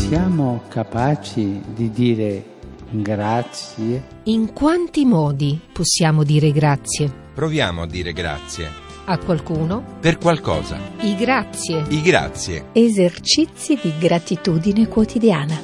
Siamo capaci di dire grazie? In quanti modi possiamo dire grazie? Proviamo a dire grazie. A qualcuno? Per qualcosa. I grazie. I grazie. Esercizi di gratitudine quotidiana.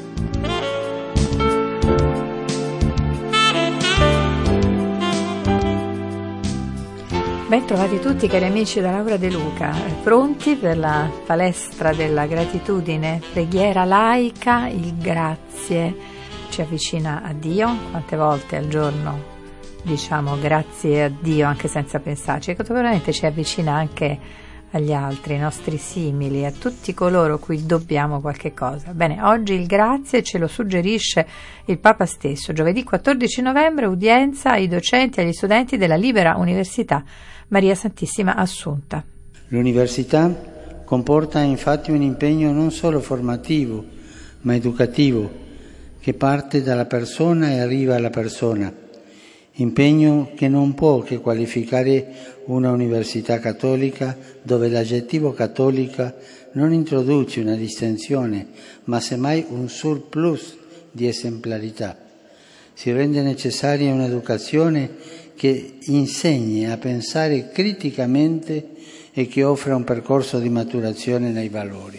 Ben trovati tutti cari amici da Laura De Luca, pronti per la palestra della gratitudine, preghiera laica, il grazie ci avvicina a Dio. Quante volte al giorno diciamo grazie a Dio anche senza pensarci, e veramente ci avvicina anche agli altri, ai nostri simili, a tutti coloro cui dobbiamo qualche cosa. Bene, oggi il grazie ce lo suggerisce il Papa stesso. Giovedì 14 novembre, udienza ai docenti e agli studenti della Libera Università Maria Santissima Assunta. L'università comporta infatti un impegno non solo formativo, ma educativo, che parte dalla persona e arriva alla persona. Impegno che non può che qualificare una università cattolica dove l'aggettivo cattolica non introduce una distinzione, ma semmai un surplus di esemplarità. Si rende necessaria un'educazione che insegni a pensare criticamente e che offra un percorso di maturazione nei valori,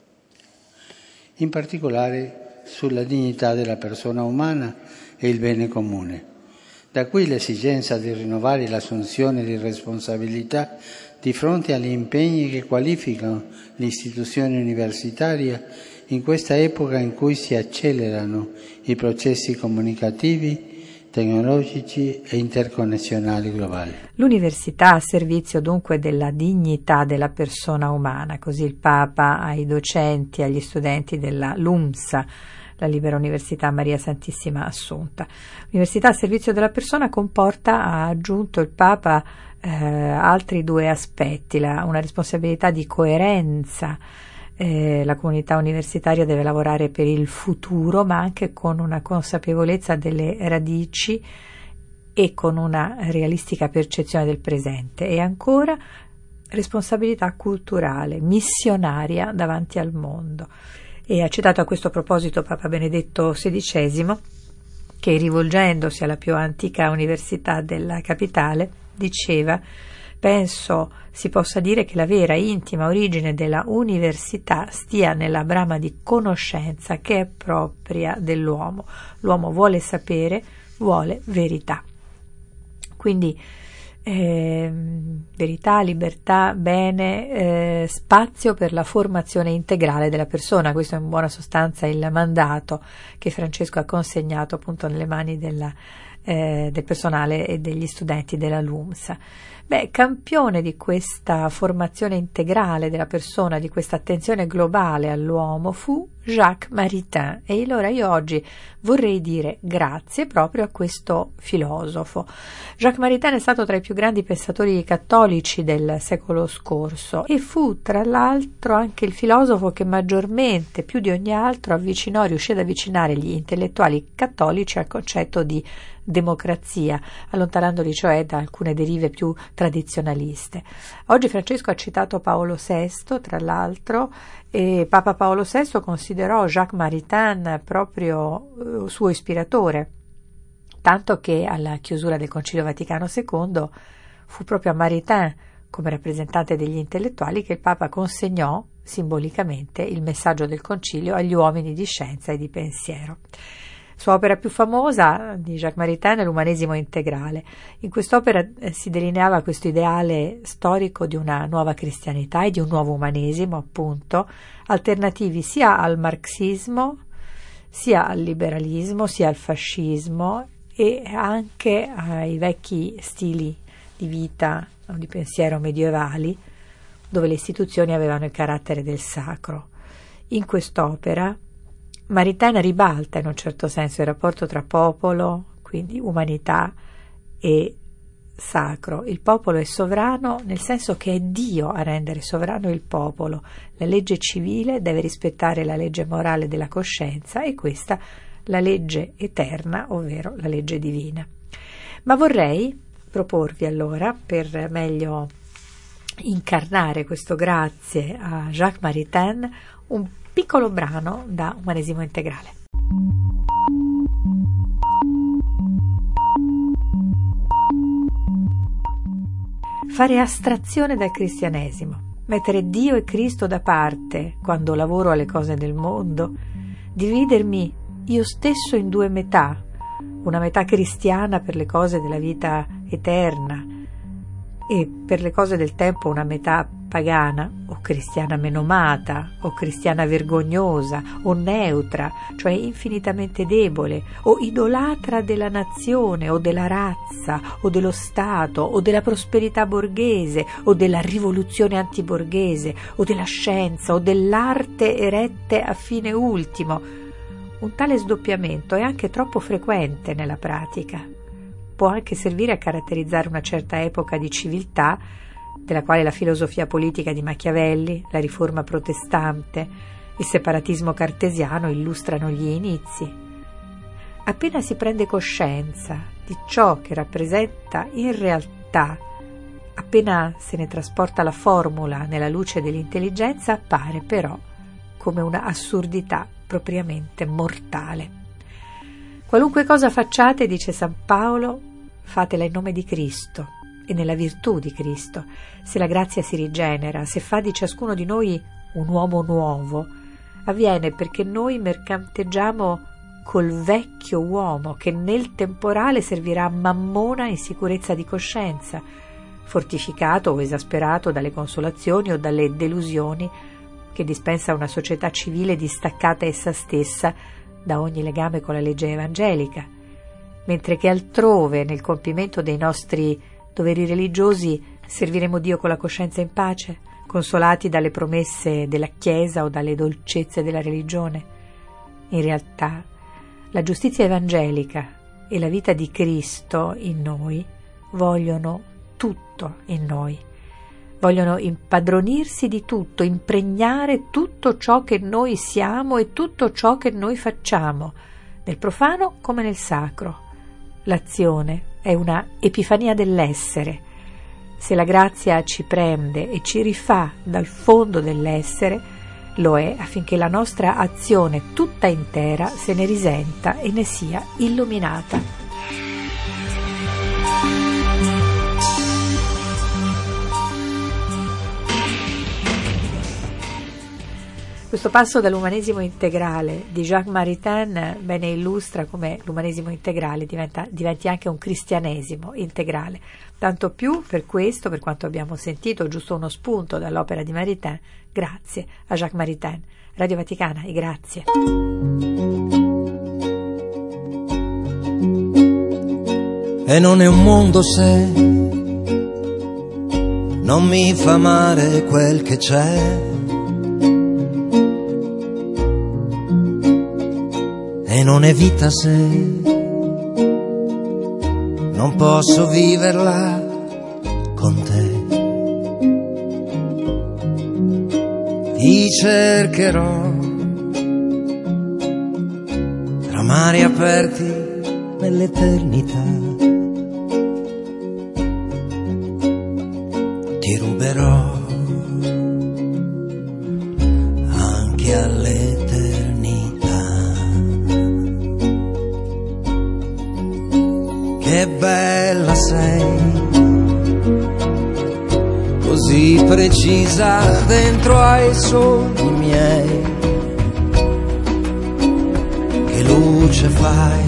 in particolare sulla dignità della persona umana e il bene comune. Da qui l'esigenza di rinnovare l'assunzione di responsabilità di fronte agli impegni che qualificano l'istituzione universitaria in questa epoca in cui si accelerano i processi comunicativi, tecnologici e interconnezionali globali. L'università a servizio dunque della dignità della persona umana, così il Papa ai docenti e agli studenti della LUMSA, la Libera Università Maria Santissima Assunta. L'università a servizio della persona comporta, ha aggiunto il Papa, altri due aspetti, una responsabilità di coerenza. La comunità universitaria deve lavorare per il futuro, ma anche con una consapevolezza delle radici e con una realistica percezione del presente. E ancora responsabilità culturale, missionaria davanti al mondo. E ha citato a questo proposito Papa Benedetto XVI, che rivolgendosi alla più antica università della capitale diceva: penso si possa dire che la vera intima origine della università stia nella brama di conoscenza che è propria dell'uomo. L'uomo vuole sapere, vuole verità. Quindi verità, libertà, bene, spazio per la formazione integrale della persona. Questo è in buona sostanza il mandato che Francesco ha consegnato appunto nelle mani del personale e degli studenti della LUMSA. Campione di questa formazione integrale della persona, di questa attenzione globale all'uomo, fu Jacques Maritain. E allora io oggi vorrei dire grazie proprio a questo filosofo. Jacques Maritain è stato tra i più grandi pensatori cattolici del secolo scorso e fu tra l'altro anche il filosofo che maggiormente, più di ogni altro, riuscì ad avvicinare gli intellettuali cattolici al concetto di democrazia, allontanandoli cioè da alcune derive più tradizionaliste. Oggi Francesco ha citato Paolo VI, tra l'altro, e Papa Paolo VI considerò Jacques Maritain proprio suo ispiratore, tanto che alla chiusura del Concilio Vaticano II fu proprio a Maritain, come rappresentante degli intellettuali, che il Papa consegnò simbolicamente il messaggio del Concilio agli uomini di scienza e di pensiero. Sua opera più famosa di Jacques Maritain è l'Umanesimo integrale. In quest'opera si delineava questo ideale storico di una nuova cristianità e di un nuovo umanesimo, appunto, alternativi sia al marxismo, sia al liberalismo, sia al fascismo e anche ai vecchi stili di vita o di pensiero medievali, dove le istituzioni avevano il carattere del sacro. In quest'opera Maritain ribalta in un certo senso il rapporto tra popolo, quindi umanità, e sacro. Il popolo è sovrano nel senso che è Dio a rendere sovrano il popolo. La legge civile deve rispettare la legge morale della coscienza e questa la legge eterna, ovvero la legge divina. Ma vorrei proporvi allora, per meglio incarnare questo grazie a Jacques Maritain, un piccolo brano da Umanesimo Integrale. Fare astrazione dal cristianesimo, mettere Dio e Cristo da parte quando lavoro alle cose del mondo, dividermi io stesso in due metà, una metà cristiana per le cose della vita eterna e per le cose del tempo una metà pagana o cristiana menomata o cristiana vergognosa o neutra, cioè infinitamente debole o idolatra della nazione o della razza o dello Stato o della prosperità borghese o della rivoluzione antiborghese o della scienza o dell'arte erette a fine ultimo. Un tale sdoppiamento è anche troppo frequente nella pratica. Può anche servire a caratterizzare una certa epoca di civiltà, della quale la filosofia politica di Machiavelli, la riforma protestante, il separatismo cartesiano illustrano gli inizi. Appena si prende coscienza di ciò che rappresenta in realtà, appena se ne trasporta la formula nella luce dell'intelligenza, appare però come una assurdità propriamente mortale. Qualunque cosa facciate, dice San Paolo, fatela in nome di Cristo e nella virtù di Cristo. Se la grazia si rigenera, se fa di ciascuno di noi un uomo nuovo, avviene perché noi mercanteggiamo col vecchio uomo che nel temporale servirà a Mammona in sicurezza di coscienza, fortificato o esasperato dalle consolazioni o dalle delusioni che dispensa una società civile distaccata essa stessa da ogni legame con la legge evangelica, mentre che altrove, nel compimento dei nostri doveri religiosi, serviremo Dio con la coscienza in pace, consolati dalle promesse della Chiesa o dalle dolcezze della religione. In realtà, la giustizia evangelica e la vita di Cristo in noi vogliono tutto in noi. Vogliono impadronirsi di tutto, impregnare tutto ciò che noi siamo e tutto ciò che noi facciamo, nel profano come nel sacro. L'azione è una epifania dell'essere. Se la grazia ci prende e ci rifà dal fondo dell'essere, lo è affinché la nostra azione tutta intera se ne risenta e ne sia illuminata. Questo passo dall'umanesimo integrale di Jacques Maritain bene illustra come l'umanesimo integrale diventi anche un cristianesimo integrale. Tanto più per questo, per quanto abbiamo sentito, giusto uno spunto dall'opera di Maritain, grazie a Jacques Maritain. Radio Vaticana e grazie. E non è un mondo se non mi fa male quel che c'è. E non è vita se non posso viverla con te. Ti cercherò tra mari aperti nell'eternità. Ti ruberò anche all'eternità. Che bella sei, così precisa dentro ai sogni miei. Che luce fai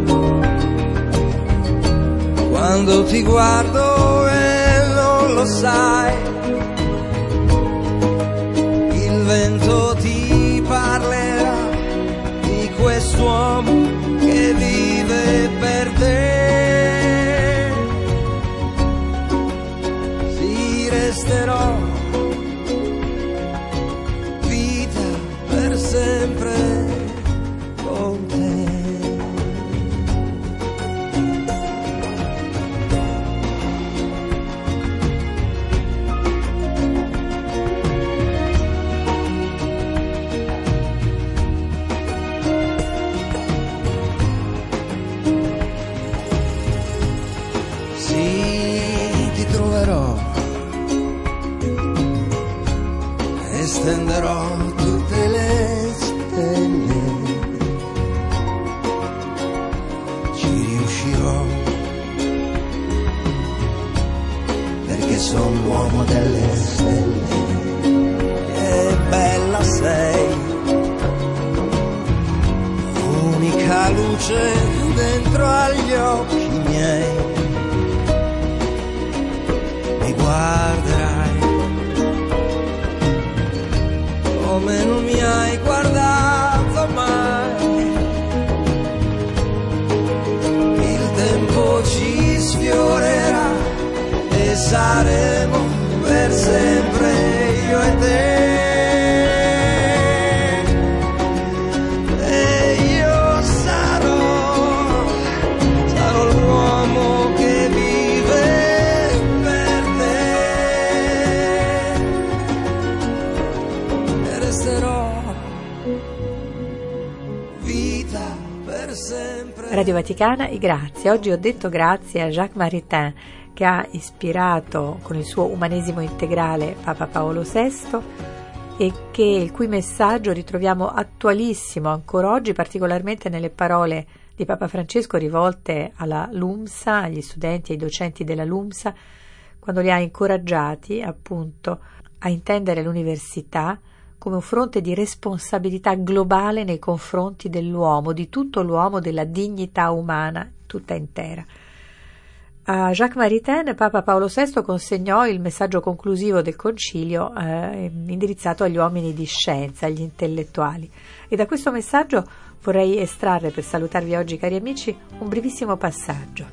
quando ti guardo e non lo sai. Il vento ti parlerà di quest'uomo che vive per te. Resterò vita per sempre con te. Sì, ti troverò. Stenderò tutte le l'uomo delle stelle. Che bella sei, unica luce dentro agli occhi miei. Mi guarderai come non mi hai guardato mai. Il tempo ci sfiorerà e saremo per sempre io e te. E io sarò l'uomo che vive per te. E resterò vita per sempre. Radio Vaticana e grazie. Oggi ho detto grazie a Jacques Maritain, che ha ispirato con il suo umanesimo integrale Papa Paolo VI e il cui messaggio ritroviamo attualissimo ancora oggi, particolarmente nelle parole di Papa Francesco rivolte alla LUMSA, agli studenti e ai docenti della LUMSA, quando li ha incoraggiati appunto a intendere l'università come un fronte di responsabilità globale nei confronti dell'uomo, di tutto l'uomo, della dignità umana tutta intera. A Jacques Maritain Papa Paolo VI consegnò il messaggio conclusivo del concilio indirizzato agli uomini di scienza, agli intellettuali. E da questo messaggio vorrei estrarre, per salutarvi oggi cari amici, un brevissimo passaggio.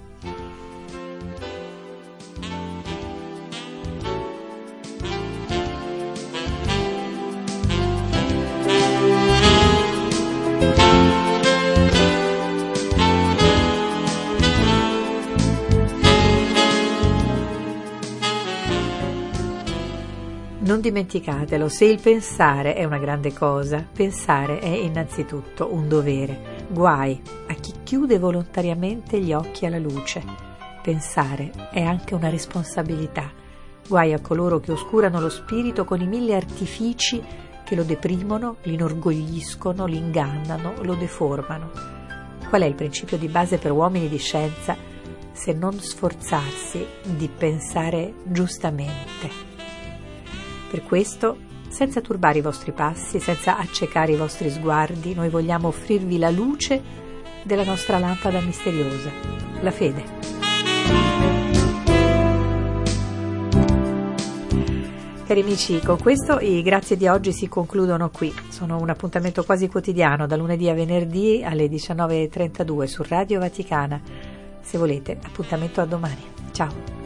Non dimenticatelo, se il pensare è una grande cosa, pensare è innanzitutto un dovere. Guai a chi chiude volontariamente gli occhi alla luce. Pensare è anche una responsabilità. Guai a coloro che oscurano lo spirito con i 1000 artifici che lo deprimono, l'inorgogliscono, l'ingannano, lo deformano. Qual è il principio di base per uomini di scienza se non sforzarsi di pensare giustamente? Per questo, senza turbare i vostri passi, senza accecare i vostri sguardi, noi vogliamo offrirvi la luce della nostra lampada misteriosa, la fede. Cari amici, con questo i grazie di oggi si concludono qui. Sono un appuntamento quasi quotidiano, da lunedì a venerdì alle 19:32 su Radio Vaticana. Se volete, appuntamento a domani. Ciao!